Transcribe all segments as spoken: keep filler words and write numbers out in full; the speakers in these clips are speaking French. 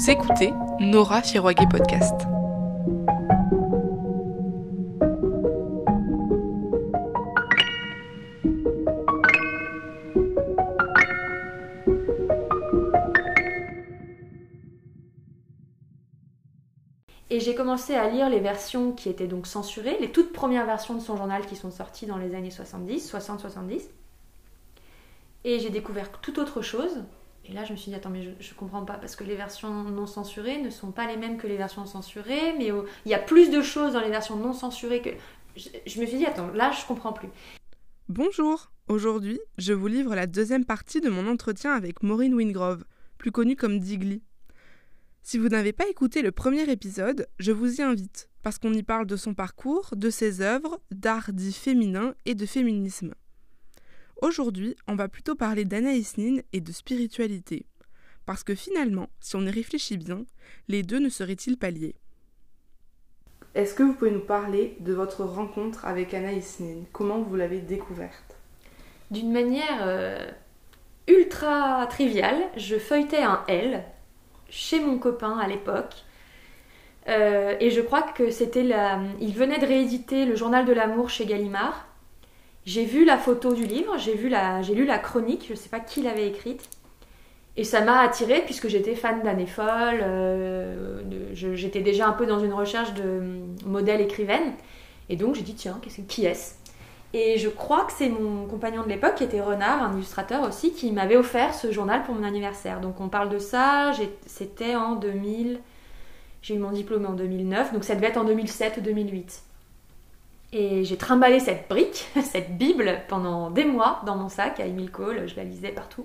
Vous écoutez Nora Firouaguet Podcast. Et j'ai commencé à lire les versions qui étaient donc censurées, les toutes premières versions de son journal qui sont sorties dans les années soixante-dix, soixante soixante-dix. Et j'ai découvert tout autre chose. Et là, je me suis dit, attends, mais je, je comprends pas, parce que les versions non censurées ne sont pas les mêmes que les versions censurées, mais oh, il y a plus de choses dans les versions non censurées que... Je, je me suis dit, attends, là, je comprends plus. Bonjour, aujourd'hui, je vous livre la deuxième partie de mon entretien avec Maureen Wingrove, plus connue comme Digli. Si vous n'avez pas écouté le premier épisode, je vous y invite, parce qu'on y parle de son parcours, de ses œuvres, d'art dit féminin et de féminisme. Aujourd'hui, on va plutôt parler d'Anaïs Nin et de spiritualité. Parce que finalement, si on y réfléchit bien, les deux ne seraient-ils pas liés ? Est-ce que vous pouvez nous parler de votre rencontre avec Anaïs Nin ? Comment vous l'avez découverte ? D'une manière euh, ultra triviale, je feuilletais un L chez mon copain à l'époque. Euh, et je crois que c'était la... Il venait de rééditer le Journal de l'amour chez Gallimard. J'ai vu la photo du livre, j'ai, vu la, j'ai lu la chronique, je ne sais pas qui l'avait écrite. Et ça m'a attirée puisque j'étais fan d'Anne Folle, euh, de, je, j'étais déjà un peu dans une recherche de modèle écrivaine. Et donc j'ai dit, tiens, qu'est-ce, qui est-ce ? Et je crois que c'est mon compagnon de l'époque, qui était Renard, un illustrateur aussi, qui m'avait offert ce journal pour mon anniversaire. Donc on parle de ça, j'ai, c'était en deux mille, j'ai eu mon diplôme en deux mille neuf, donc ça devait être en deux mille sept ou deux mille huit. Et j'ai trimballé cette brique, cette Bible, pendant des mois dans mon sac à Émile Cole, je la lisais partout.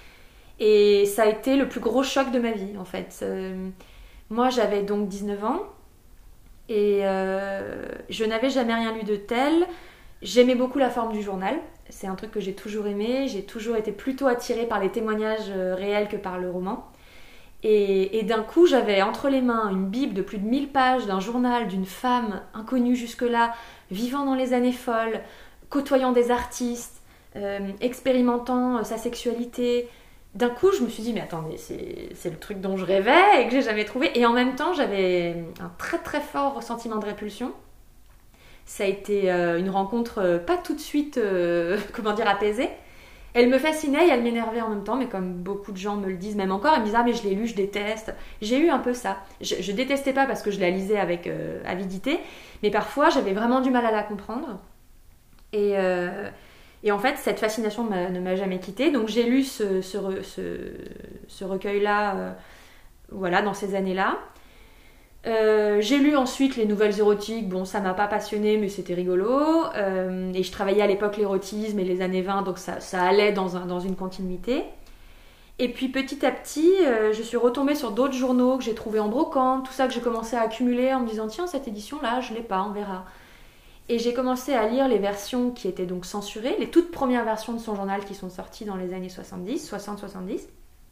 Et ça a été le plus gros choc de ma vie, en fait. Euh, moi, j'avais donc dix-neuf ans, et euh, je n'avais jamais rien lu de tel. J'aimais beaucoup la forme du journal, c'est un truc que j'ai toujours aimé, j'ai toujours été plutôt attirée par les témoignages réels que par le roman. Et, et d'un coup, j'avais entre les mains une bible de plus de mille pages d'un journal d'une femme inconnue jusque-là, vivant dans les années folles, côtoyant des artistes, euh, expérimentant euh, sa sexualité. D'un coup, je me suis dit, mais attendez, c'est, c'est le truc dont je rêvais et que j'ai jamais trouvé. Et en même temps, j'avais un très très fort sentiment de répulsion. Ça a été euh, une rencontre euh, pas tout de suite, euh, comment dire, apaisée. Elle me fascinait et elle m'énervait en même temps, mais comme beaucoup de gens me le disent, même encore, ils me disent « Ah mais je l'ai lu, je déteste ». J'ai eu un peu ça. Je, je détestais pas parce que je la lisais avec euh, avidité, mais parfois j'avais vraiment du mal à la comprendre. Et, euh, et en fait, cette fascination m'a, ne m'a jamais quittée. Donc j'ai lu ce, ce, ce, ce recueil-là euh, voilà, dans ces années-là. Euh, j'ai lu ensuite les nouvelles érotiques, bon ça m'a pas passionnée mais c'était rigolo, euh, et je travaillais à l'époque l'érotisme et les années vingt donc ça, ça allait dans, un, dans une continuité. Et puis petit à petit euh, je suis retombée sur d'autres journaux que j'ai trouvés en brocante, tout ça que j'ai commencé à accumuler en me disant tiens cette édition là je l'ai pas, on verra. Et j'ai commencé à lire les versions qui étaient donc censurées, les toutes premières versions de son journal qui sont sorties dans les années soixante-dix, soixante soixante-dix,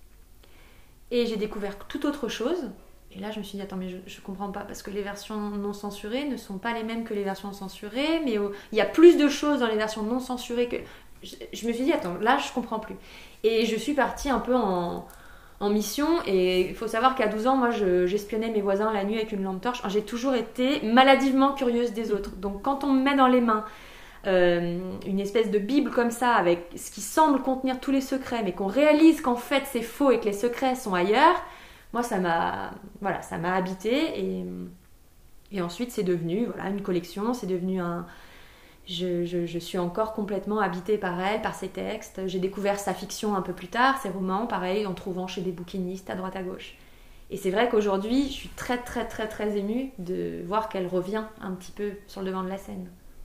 et j'ai découvert tout autre chose. Et là, je me suis dit, attends, mais je, je comprends pas, parce que les versions non censurées ne sont pas les mêmes que les versions censurées, mais oh, il y a plus de choses dans les versions non censurées que... Je, je me suis dit, attends, là, je comprends plus. Et je suis partie un peu en, en mission, et il faut savoir qu'à douze ans, moi, je, j'espionnais mes voisins la nuit avec une lampe torche. J'ai toujours été maladivement curieuse des autres. Donc, quand on me met dans les mains euh, une espèce de bible comme ça, avec ce qui semble contenir tous les secrets, mais qu'on réalise qu'en fait, c'est faux et que les secrets sont ailleurs... Moi, ça m'a, voilà, ça m'a habité et, et ensuite, c'est devenu voilà, une collection, c'est devenu un... Je, je, je suis encore complètement habitée par elle, par ses textes. J'ai découvert sa fiction un peu plus tard, ses romans, pareil, en trouvant chez des bouquinistes à droite à gauche. Et c'est vrai qu'aujourd'hui, je suis très, très, très, très émue de voir qu'elle revient un petit peu sur le devant de la scène.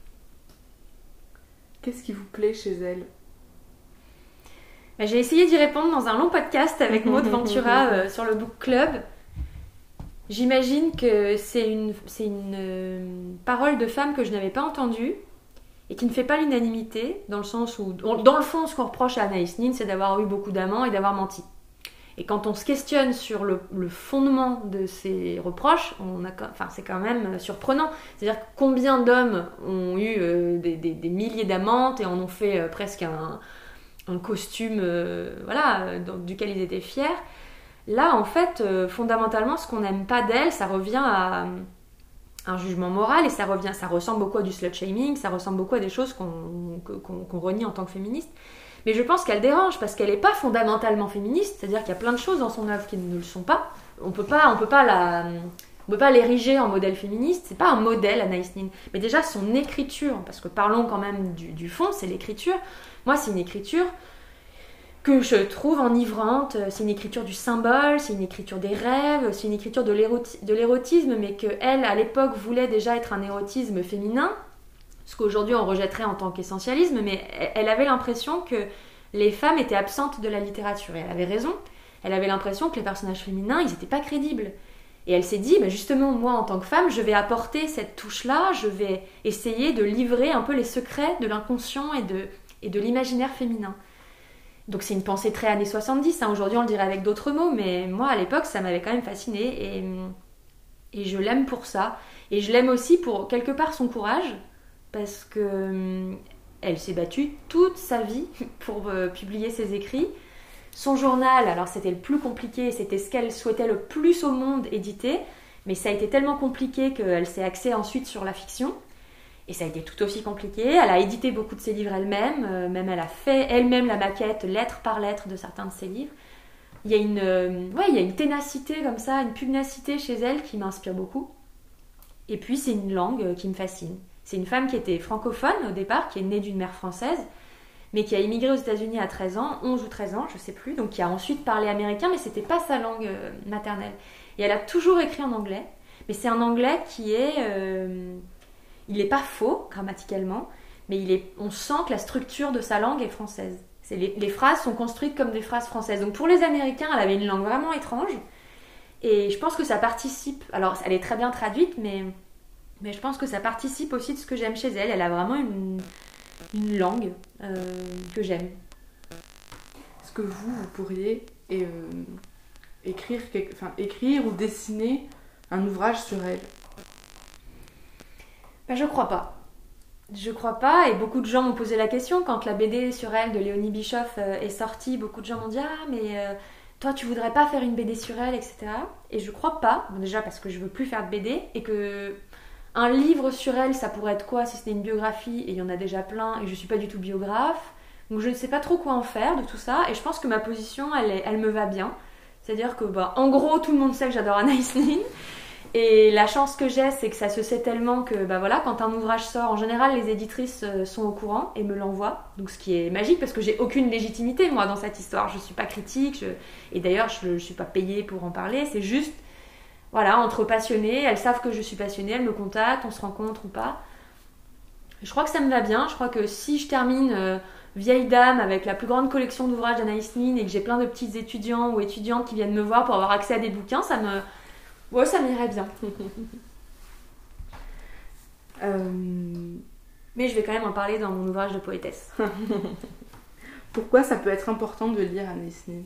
Qu'est-ce qui vous plaît chez elle ? J'ai essayé d'y répondre dans un long podcast avec Maud Ventura euh, sur le Book Club. J'imagine que c'est une, c'est une euh, parole de femme que je n'avais pas entendue et qui ne fait pas l'unanimité, dans le sens où, dans le fond, ce qu'on reproche à Anaïs Nin, c'est d'avoir eu beaucoup d'amants et d'avoir menti. Et quand on se questionne sur le, le fondement de ces reproches, on a, enfin, c'est quand même surprenant. C'est-à-dire combien d'hommes ont eu euh, des, des, des milliers d'amantes et en ont fait euh, presque un... un costume euh, voilà, dans, duquel ils étaient fiers. Là, en fait, euh, fondamentalement, ce qu'on n'aime pas d'elle, ça revient à un jugement moral et ça revient, ça ressemble beaucoup à du slut-shaming, ça ressemble beaucoup à des choses qu'on, qu'on, qu'on renie en tant que féministe. Mais je pense qu'elle dérange parce qu'elle n'est pas fondamentalement féministe, c'est-à-dire qu'il y a plein de choses dans son œuvre qui ne le sont pas. On peut pas, on peut pas la, on peut pas l'ériger en modèle féministe. C'est pas un modèle, Anaïs Nin. Mais déjà son écriture, parce que parlons quand même du, du fond, c'est l'écriture. Moi, c'est une écriture que je trouve enivrante. C'est une écriture du symbole, c'est une écriture des rêves, c'est une écriture de, l'éroti- de l'érotisme, mais qu'elle, à l'époque, voulait déjà être un érotisme féminin, ce qu'aujourd'hui on rejetterait en tant qu'essentialisme, mais elle avait l'impression que les femmes étaient absentes de la littérature, et elle avait raison. Elle avait l'impression que les personnages féminins, ils n'étaient pas crédibles. Et elle s'est dit, bah justement, moi, en tant que femme, je vais apporter cette touche-là, je vais essayer de livrer un peu les secrets de l'inconscient et de, et de l'imaginaire féminin. Donc c'est une pensée très années soixante-dix, hein. Aujourd'hui on le dirait avec d'autres mots, mais moi, à l'époque, ça m'avait quand même fascinée, et, et je l'aime pour ça. Et je l'aime aussi pour, quelque part, son courage, parce que elle s'est battue toute sa vie pour euh, publier ses écrits. Son journal, alors c'était le plus compliqué, c'était ce qu'elle souhaitait le plus au monde éditer, mais ça a été tellement compliqué qu'elle s'est axée ensuite sur la fiction, et ça a été tout aussi compliqué. Elle a édité beaucoup de ses livres elle-même, euh, même elle a fait elle-même la maquette, lettre par lettre, de certains de ses livres. Il y a une, euh, ouais, il y a une ténacité comme ça, une pugnacité chez elle qui m'inspire beaucoup. Et puis c'est une langue qui me fascine. C'est une femme qui était francophone au départ, qui est née d'une mère française, mais qui a immigré aux États-Unis à treize ans, onze ou treize ans, je sais plus, donc qui a ensuite parlé américain, mais c'était pas sa langue euh, maternelle. Et elle a toujours écrit en anglais, mais c'est un anglais qui est... Euh, il n'est pas faux, grammaticalement, mais il est, on sent que la structure de sa langue est française. C'est les, les phrases sont construites comme des phrases françaises. Donc pour les Américains, elle avait une langue vraiment étrange, et je pense que ça participe... Alors, elle est très bien traduite, mais, mais je pense que ça participe aussi de ce que j'aime chez elle. Elle a vraiment une... une langue euh, que j'aime. Est-ce que vous, vous pourriez euh, écrire, quelque... enfin, écrire ou dessiner un ouvrage sur elle? Ben, je crois pas. Je crois pas, et beaucoup de gens m'ont posé la question quand la B D sur elle de Léonie Bischoff euh, est sortie. Beaucoup de gens m'ont dit « Ah, mais euh, toi, tu voudrais pas faire une B D sur elle, et cetera » Et je crois pas, bon, déjà parce que je veux plus faire de B D, et que un livre sur elle, ça pourrait être quoi si c'était une biographie, et il y en a déjà plein, et je suis pas du tout biographe, donc je ne sais pas trop quoi en faire de tout ça, et je pense que ma position, elle, est, elle me va bien. C'est-à-dire que, bah, en gros, tout le monde sait que j'adore Anaïs Nin, et la chance que j'ai, c'est que ça se sait tellement que, bah voilà, quand un ouvrage sort, en général, les éditrices sont au courant et me l'envoient, donc ce qui est magique, parce que j'ai aucune légitimité, moi, dans cette histoire. Je suis pas critique, je... et d'ailleurs, je ne suis pas payée pour en parler, c'est juste... Voilà, entre passionnés, elles savent que je suis passionnée, elles me contactent, on se rencontre ou pas. Je crois que ça me va bien, je crois que si je termine euh, vieille dame avec la plus grande collection d'ouvrages d'Anaïs Nin et que j'ai plein de petits étudiants ou étudiantes qui viennent me voir pour avoir accès à des bouquins, ça me... Ouais, ça m'irait bien. euh... Mais je vais quand même en parler dans mon ouvrage de poétesse. Pourquoi ça peut être important de lire Anaïs Nin?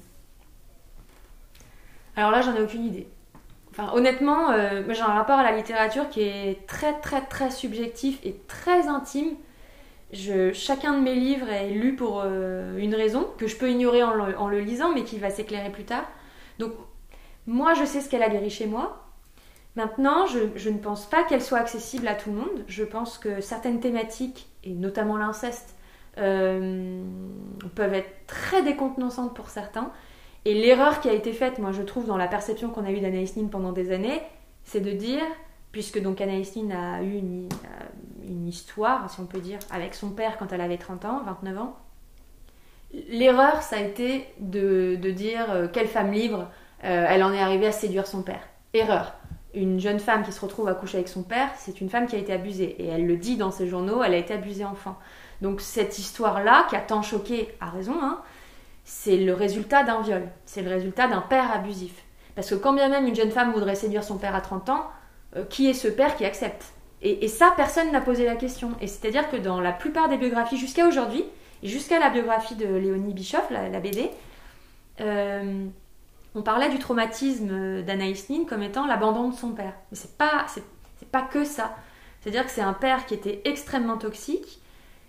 Alors là, j'en ai aucune idée. Enfin, honnêtement, euh, j'ai un rapport à la littérature qui est très très très subjectif et très intime. Je, chacun de mes livres est lu pour euh, une raison que je peux ignorer en le, en le lisant, mais qui va s'éclairer plus tard. Donc, moi, je sais ce qu'elle a guéri chez moi. Maintenant, je, je ne pense pas qu'elle soit accessible à tout le monde. Je pense que certaines thématiques, et notamment l'inceste, euh, peuvent être très décontenançantes pour certains. Et l'erreur qui a été faite, moi je trouve, dans la perception qu'on a eue d'Anaïs Nin pendant des années, c'est de dire, puisque donc Anaïs Nin a eu une, une histoire, si on peut dire, avec son père quand elle avait trente ans, vingt-neuf ans, l'erreur ça a été de, de dire euh, quelle femme libre, euh, elle en est arrivée à séduire son père. Erreur. Une jeune femme qui se retrouve à coucher avec son père, c'est une femme qui a été abusée. Et elle le dit dans ses journaux, elle a été abusée enfant. Donc cette histoire-là, qui a tant choqué, a raison, hein, c'est le résultat d'un viol, c'est le résultat d'un père abusif. Parce que quand bien même une jeune femme voudrait séduire son père à trente ans, euh, qui est ce père qui accepte? et, et ça, personne n'a posé la question. Et c'est-à-dire que dans la plupart des biographies, jusqu'à aujourd'hui, et jusqu'à la biographie de Léonie Bischoff, la, la B D, euh, on parlait du traumatisme d'Anaïs Nin comme étant l'abandon de son père. Mais c'est pas, c'est, c'est pas que ça. C'est-à-dire que c'est un père qui était extrêmement toxique,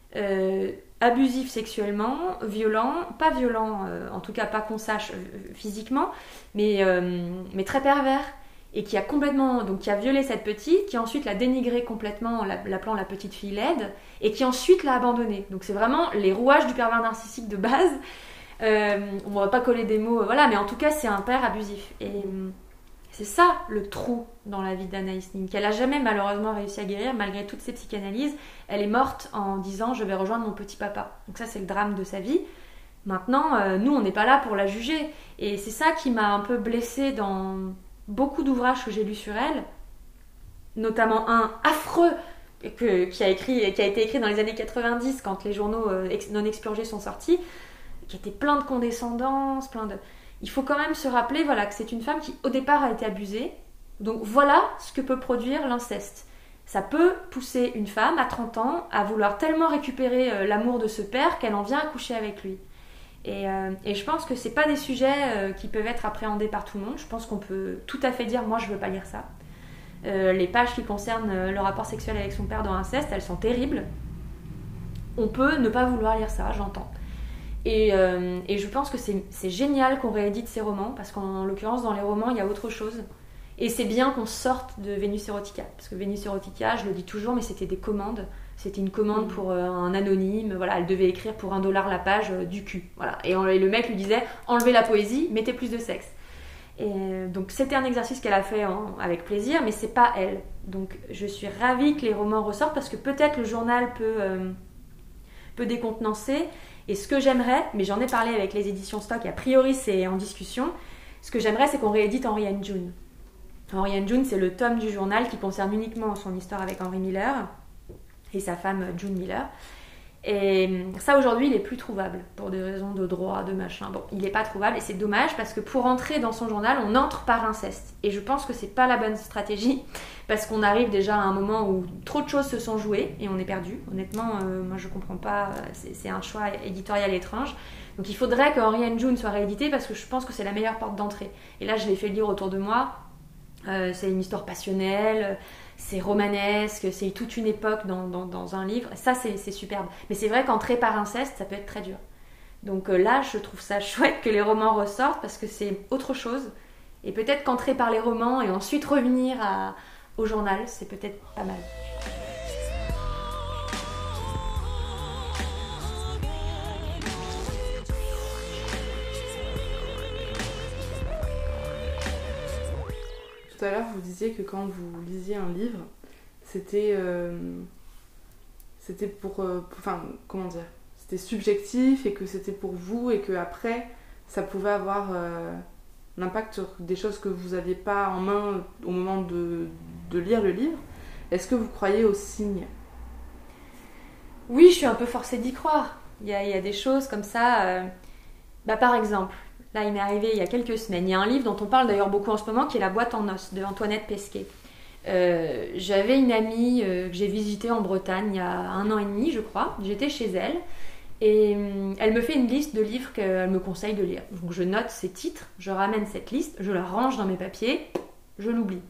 euh, abusif sexuellement, violent, pas violent, euh, en tout cas pas qu'on sache euh, physiquement, mais, euh, mais très pervers, et qui a complètement, donc qui a violé cette petite, qui ensuite l'a dénigrée complètement en l'appelant la petite fille laide, et qui ensuite l'a abandonnée. Donc c'est vraiment les rouages du pervers narcissique de base. Euh, on va pas coller des mots, voilà, mais en tout cas c'est un père abusif. Et euh, c'est ça le trou dans la vie d'Anaïs Nin, qu'elle a jamais malheureusement réussi à guérir malgré toutes ses psychanalyses. Elle est morte en disant je vais rejoindre mon petit papa. Donc ça c'est le drame de sa vie. Maintenant, euh, nous on n'est pas là pour la juger, et c'est ça qui m'a un peu blessée dans beaucoup d'ouvrages que j'ai lus sur elle, notamment un affreux que, qui, a écrit, qui a été écrit dans les années quatre-vingt-dix quand les journaux euh, ex, non expurgés sont sortis, qui était plein de condescendance, plein de... Il faut quand même se rappeler voilà, que c'est une femme qui au départ a été abusée, donc voilà ce que peut produire l'inceste. Ça peut pousser une femme à trente ans à vouloir tellement récupérer euh, l'amour de ce père qu'elle en vient à coucher avec lui. Et, euh, et je pense que c'est pas des sujets euh, qui peuvent être appréhendés par tout le monde. Je pense qu'on peut tout à fait dire moi je veux pas lire ça. Euh, les pages qui concernent euh, le rapport sexuel avec son père dans l'inceste, elles sont terribles. On peut ne pas vouloir lire ça, j'entends. Et, euh, et je pense que c'est, c'est génial qu'on réédite ces romans, parce qu'en l'occurrence dans les romans il y a autre chose. Et c'est bien qu'on sorte de Vénus Erotica, parce que Vénus Erotica, je le dis toujours, mais c'était des commandes. C'était une commande pour euh, un anonyme, voilà, elle devait écrire pour un dollar la page euh, du cul, voilà. Et, on, et le mec lui disait enlevez la poésie, mettez plus de sexe. Et euh, donc c'était un exercice qu'elle a fait en, avec plaisir, mais c'est pas elle. Donc je suis ravie que les romans ressortent, parce que peut-être le journal peut, euh, peut décontenancer. Et ce que j'aimerais, mais j'en ai parlé avec les éditions Stock, a priori c'est en discussion, ce que j'aimerais c'est qu'on réédite Henry and June. Henry and June, c'est le tome du journal qui concerne uniquement son histoire avec Henry Miller et sa femme June Miller. Et ça aujourd'hui il est plus trouvable pour des raisons de droit, de machin. Bon, il est pas trouvable et c'est dommage, parce que pour entrer dans son journal on entre par inceste, et je pense que c'est pas la bonne stratégie, parce qu'on arrive déjà à un moment où trop de choses se sont jouées et on est perdu. Honnêtement, euh, moi je comprends pas, c'est, c'est un choix éditorial étrange. Donc il faudrait que Henry and June soit réédité, parce que je pense que c'est la meilleure porte d'entrée. Et là je l'ai fait lire autour de moi, euh, c'est une histoire passionnelle, c'est romanesque, c'est toute une époque dans, dans, dans un livre. Ça, c'est, c'est superbe. Mais c'est vrai qu'entrer par inceste, ça peut être très dur. Donc euh, là, je trouve ça chouette que les romans ressortent, parce que c'est autre chose. Et peut-être qu'entrer par les romans et ensuite revenir à, au journal, c'est peut-être pas mal. Tout à l'heure, vous disiez que quand vous lisiez un livre, c'était, euh, c'était pour, euh, pour, enfin, comment dire, c'était subjectif, et que c'était pour vous, et que après, ça pouvait avoir euh, un impact sur des choses que vous n'aviez pas en main au moment de, de lire le livre. Est-ce que vous croyez aux signes ? Oui, je suis un peu forcée d'y croire. Il y a, il y a des choses comme ça. Euh... Bah, par exemple, là, il m'est arrivé il y a quelques semaines. Il y a un livre dont on parle d'ailleurs beaucoup en ce moment, qui est La boîte en os, de Antoinette Pesquet. Euh, j'avais une amie euh, que j'ai visitée en Bretagne il y a un an et demi, je crois. J'étais chez elle. Et euh, elle me fait une liste de livres qu'elle me conseille de lire. Donc je note ses titres, je ramène cette liste, je la range dans mes papiers, je l'oublie.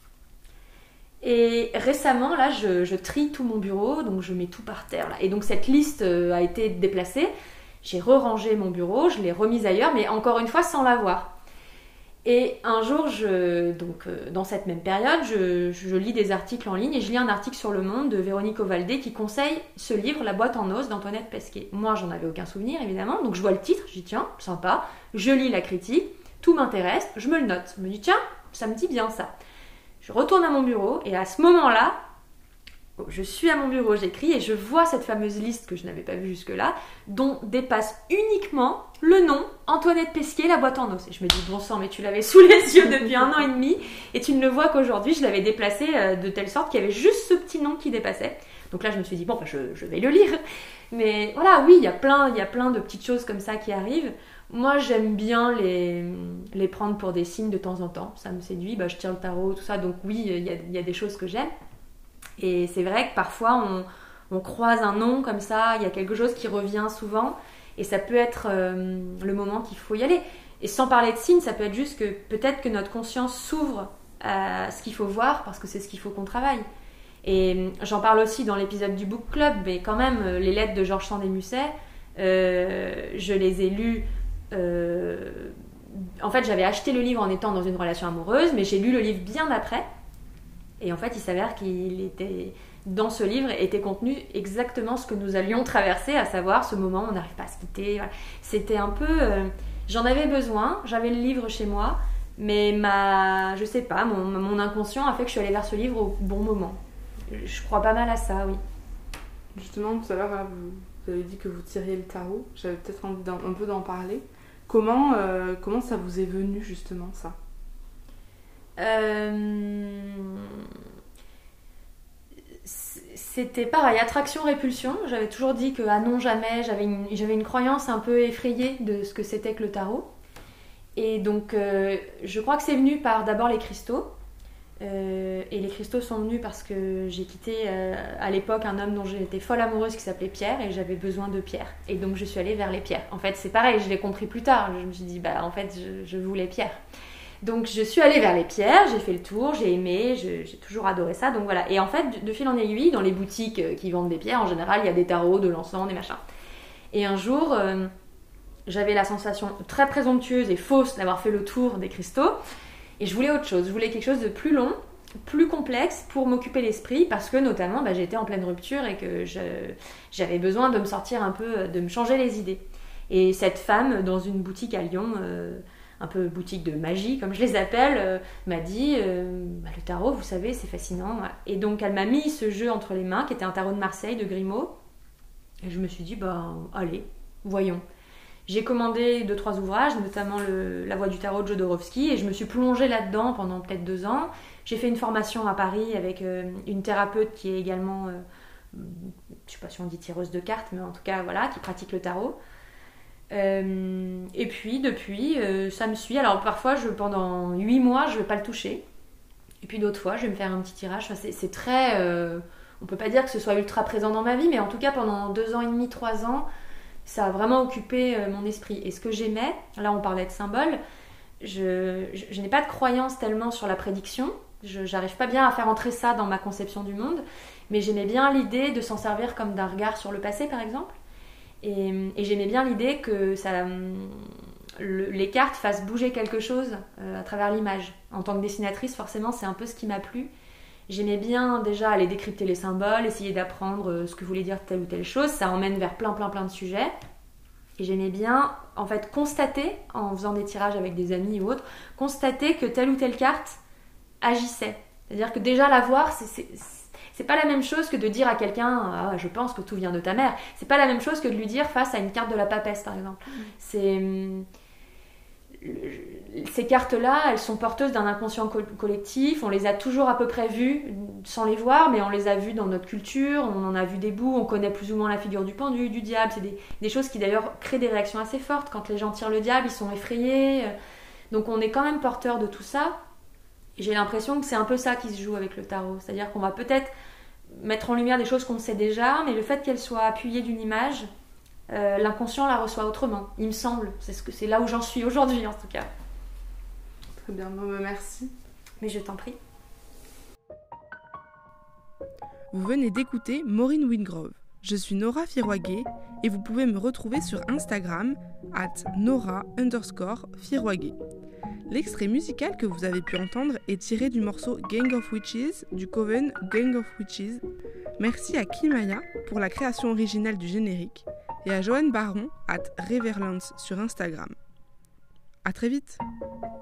Et récemment, là, je, je trie tout mon bureau, donc je mets tout par terre. Là. Et donc cette liste euh, a été déplacée. J'ai re-rangé mon bureau, je l'ai remise ailleurs, mais encore une fois sans la voir. Et un jour, je, donc, euh, dans cette même période, je, je lis des articles en ligne, et je lis un article sur Le Monde de Véronique Ovaldé qui conseille ce livre, La boîte en os d'Antoinette Pesquet. Moi, j'en avais aucun souvenir, évidemment, donc je vois le titre, je dis tiens, sympa, je lis la critique, tout m'intéresse, je me le note. Je me dis tiens, ça me dit bien ça. Je retourne à mon bureau, et à ce moment-là, je suis à mon bureau, j'écris, et je vois cette fameuse liste que je n'avais pas vue jusque-là, dont dépasse uniquement le nom Antoinette Pesquet, La boîte en os. Et je me dis, bon sang, mais tu l'avais sous les yeux depuis un an et demi, et tu ne le vois qu'aujourd'hui. Je l'avais déplacé de telle sorte qu'il y avait juste ce petit nom qui dépassait. Donc là, je me suis dit, bon, bah, je, je vais le lire. Mais voilà, oui, il y a plein, il y a plein de petites choses comme ça qui arrivent. Moi, j'aime bien les, les prendre pour des signes de temps en temps. Ça me séduit, bah, je tire le tarot, tout ça. Donc oui, il y a, il y a des choses que j'aime. Et c'est vrai que parfois, on, on croise un nom comme ça, il y a quelque chose qui revient souvent, et ça peut être euh, le moment qu'il faut y aller. Et sans parler de signes, ça peut être juste que peut-être que notre conscience s'ouvre à ce qu'il faut voir, parce que c'est ce qu'il faut qu'on travaille. Et j'en parle aussi dans l'épisode du book club, mais quand même, les lettres de Georges Sand-et-Musset, euh, je les ai lues. Euh, en fait, j'avais acheté le livre en étant dans une relation amoureuse, mais j'ai lu le livre bien après. Et en fait, il s'avère qu'il était, dans ce livre était contenu exactement ce que nous allions traverser, à savoir ce moment où on n'arrive pas à se quitter. Voilà. C'était un peu. Euh, j'en avais besoin, j'avais le livre chez moi, mais ma, je sais pas, mon, mon inconscient a fait que je suis allée vers ce livre au bon moment. Je crois pas mal à ça, oui. Justement, tout à l'heure, là, vous, vous avez dit que vous tiriez le tarot. J'avais peut-être envie d'un, un peu d'en parler. Comment, euh, comment ça vous est venu, justement, ça euh... C'était pareil, attraction-répulsion. J'avais toujours dit que, ah non, jamais. J'avais une, j'avais une croyance un peu effrayée de ce que c'était que le tarot. Et donc, euh, je crois que c'est venu par d'abord les cristaux. Euh, et les cristaux sont venus parce que j'ai quitté euh, à l'époque un homme dont j'étais folle amoureuse qui s'appelait Pierre et j'avais besoin de Pierre. Et donc je suis allée vers les pierres. En fait c'est pareil, je l'ai compris plus tard. Je me suis dit bah en fait je, je voulais Pierre. Donc je suis allée vers les pierres, j'ai fait le tour, j'ai aimé, je, j'ai toujours adoré ça. Donc voilà. Et en fait de, de fil en aiguille, dans les boutiques qui vendent des pierres en général, il y a des tarots, de l'encens, des machins. Et un jour euh, j'avais la sensation très présomptueuse et fausse d'avoir fait le tour des cristaux. Et je voulais autre chose, je voulais quelque chose de plus long, plus complexe pour m'occuper l'esprit parce que notamment bah, j'étais en pleine rupture et que je, j'avais besoin de me sortir un peu, de me changer les idées. Et cette femme dans une boutique à Lyon, euh, un peu boutique de magie comme je les appelle, euh, m'a dit euh, bah, le tarot vous savez c'est fascinant. Et donc elle m'a mis ce jeu entre les mains qui était un tarot de Marseille de Grimaud et je me suis dit bah allez voyons. J'ai commandé deux, trois ouvrages, notamment le, La Voix du Tarot de Jodorowsky, et je me suis plongée là-dedans pendant peut-être deux ans. J'ai fait une formation à Paris avec euh, une thérapeute qui est également, euh, je ne sais pas si on dit tireuse de cartes, mais en tout cas, voilà, qui pratique le tarot. Euh, et puis, depuis, euh, ça me suit. Alors, parfois, je, pendant huit mois, je ne vais pas le toucher. Et puis, d'autres fois, je vais me faire un petit tirage. Enfin, c'est, c'est très... Euh, on ne peut pas dire que ce soit ultra présent dans ma vie, mais en tout cas, pendant deux ans et demi, trois ans, ça a vraiment occupé euh, mon esprit. Et ce que j'aimais, là on parlait de symboles, je, je, je n'ai pas de croyance tellement sur la prédiction, je n'arrive pas bien à faire entrer ça dans ma conception du monde, mais j'aimais bien l'idée de s'en servir comme d'un regard sur le passé par exemple, et, et j'aimais bien l'idée que ça, le, les cartes fassent bouger quelque chose euh, à travers l'image. En tant que dessinatrice forcément c'est un peu ce qui m'a plu. J'aimais bien déjà aller décrypter les symboles, essayer d'apprendre ce que voulait dire telle ou telle chose. Ça emmène vers plein plein plein de sujets. Et j'aimais bien, en fait, constater, en faisant des tirages avec des amis ou autres, constater que telle ou telle carte agissait. C'est-à-dire que déjà la voir, c'est, c'est, c'est pas la même chose que de dire à quelqu'un « Ah, je pense que tout vient de ta mère ». C'est pas la même chose que de lui dire face à une carte de la papesse, par exemple. Mmh. C'est... Ces cartes-là, elles sont porteuses d'un inconscient co- collectif. On les a toujours à peu près vues sans les voir, mais on les a vues dans notre culture. On en a vu des bouts. On connaît plus ou moins la figure du pendu, du diable. C'est des, des choses qui d'ailleurs créent des réactions assez fortes. Quand les gens tirent le diable, ils sont effrayés. Donc on est quand même porteur de tout ça. Et j'ai l'impression que c'est un peu ça qui se joue avec le tarot. C'est-à-dire qu'on va peut-être mettre en lumière des choses qu'on sait déjà, mais le fait qu'elles soient appuyées d'une image... Euh, l'inconscient la reçoit autrement, il me semble. C'est, ce que, c'est là où j'en suis aujourd'hui, en tout cas. Très bien, bon, merci. Mais je t'en prie. Vous venez d'écouter Maureen Wingrove. Je suis Nora Firouaguet et vous pouvez me retrouver sur Instagram at Nora underscore Firouaguet. L'extrait musical que vous avez pu entendre est tiré du morceau Gang of Witches du Coven Gang of Witches. Merci à Kimaya pour la création originale du générique et à Joanne Baron at Reverlance sur Instagram. À très vite.